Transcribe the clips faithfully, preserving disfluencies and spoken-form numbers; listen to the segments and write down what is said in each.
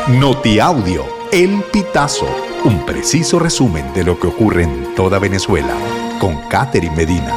Notiaudio, El Pitazo, un preciso resumen de lo que ocurre en toda Venezuela, con Catherine Medina.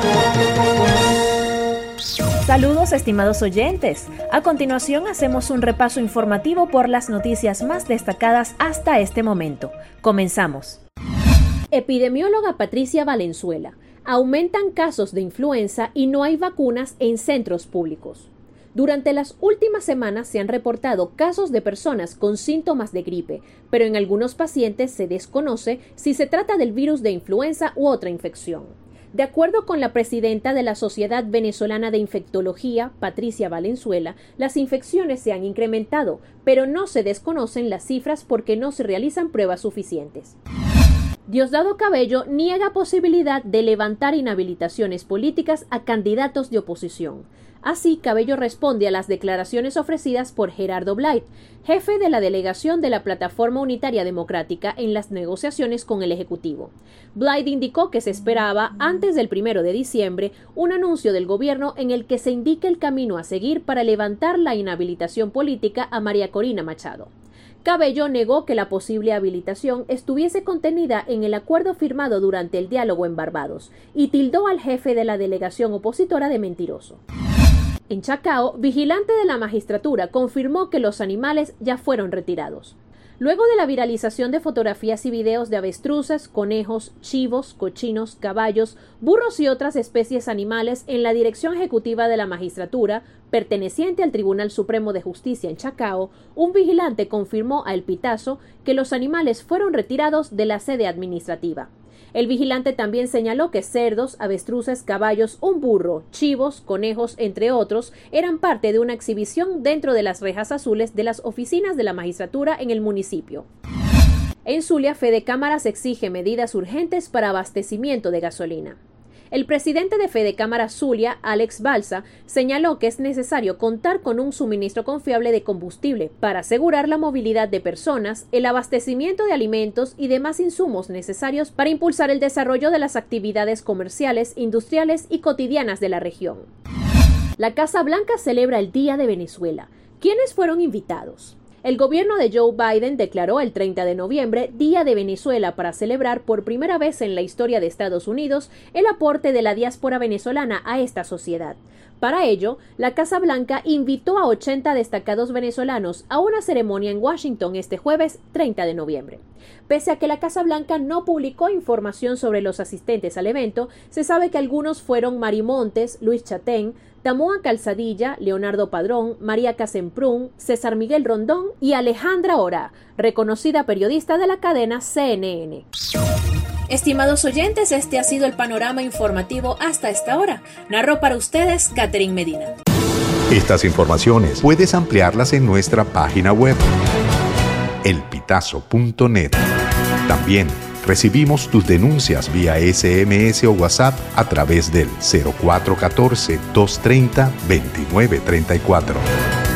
Saludos, estimados oyentes. A continuación hacemos un repaso informativo por las noticias más destacadas hasta este momento. Comenzamos. Epidemióloga Patricia Valenzuela. Aumentan casos de influenza y no hay vacunas en centros públicos. Durante las últimas semanas se han reportado casos de personas con síntomas de gripe, pero en algunos pacientes se desconoce si se trata del virus de influenza u otra infección. De acuerdo con la presidenta de la Sociedad Venezolana de Infectología, Patricia Valenzuela, las infecciones se han incrementado, pero no se desconocen las cifras porque no se realizan pruebas suficientes. Diosdado Cabello niega posibilidad de levantar inhabilitaciones políticas a candidatos de oposición. Así, Cabello responde a las declaraciones ofrecidas por Gerardo Blight, jefe de la delegación de la Plataforma Unitaria Democrática en las negociaciones con el Ejecutivo. Blight indicó que se esperaba, antes del primero de diciembre, un anuncio del gobierno en el que se indique el camino a seguir para levantar la inhabilitación política a María Corina Machado. Cabello negó que la posible habilitación estuviese contenida en el acuerdo firmado durante el diálogo en Barbados y tildó al jefe de la delegación opositora de mentiroso. En Chacao, vigilante de la magistratura confirmó que los animales ya fueron retirados. Luego de la viralización de fotografías y videos de avestruces, conejos, chivos, cochinos, caballos, burros y otras especies animales en la Dirección Ejecutiva de la Magistratura, perteneciente al Tribunal Supremo de Justicia en Chacao, un vigilante confirmó a El Pitazo que los animales fueron retirados de la sede administrativa. El vigilante también señaló que cerdos, avestruces, caballos, un burro, chivos, conejos, entre otros, eran parte de una exhibición dentro de las rejas azules de las oficinas de la magistratura en el municipio. En Zulia, Fedecámaras exige medidas urgentes para abastecimiento de gasolina. El presidente de Fedecámaras Zulia, Alex Balsa, señaló que es necesario contar con un suministro confiable de combustible para asegurar la movilidad de personas, el abastecimiento de alimentos y demás insumos necesarios para impulsar el desarrollo de las actividades comerciales, industriales y cotidianas de la región. La Casa Blanca celebra el Día de Venezuela. ¿Quiénes fueron invitados? El gobierno de Joe Biden declaró el treinta de noviembre Día de Venezuela para celebrar por primera vez en la historia de Estados Unidos el aporte de la diáspora venezolana a esta sociedad. Para ello, la Casa Blanca invitó a ochenta destacados venezolanos a una ceremonia en Washington este jueves treinta de noviembre. Pese a que la Casa Blanca no publicó información sobre los asistentes al evento, se sabe que algunos fueron Mari Montes, Luis Chatén, Tamoa Calzadilla, Leonardo Padrón, María Casemprún, César Miguel Rondón y Alejandra Ora, reconocida periodista de la cadena C N N. Estimados oyentes, este ha sido el panorama informativo hasta esta hora. Narró para ustedes Catherine Medina. Estas informaciones puedes ampliarlas en nuestra página web, el pitazo punto net. También recibimos tus denuncias vía ese eme ese o WhatsApp a través del cero cuatro uno cuatro, dos tres cero, dos nueve tres cuatro.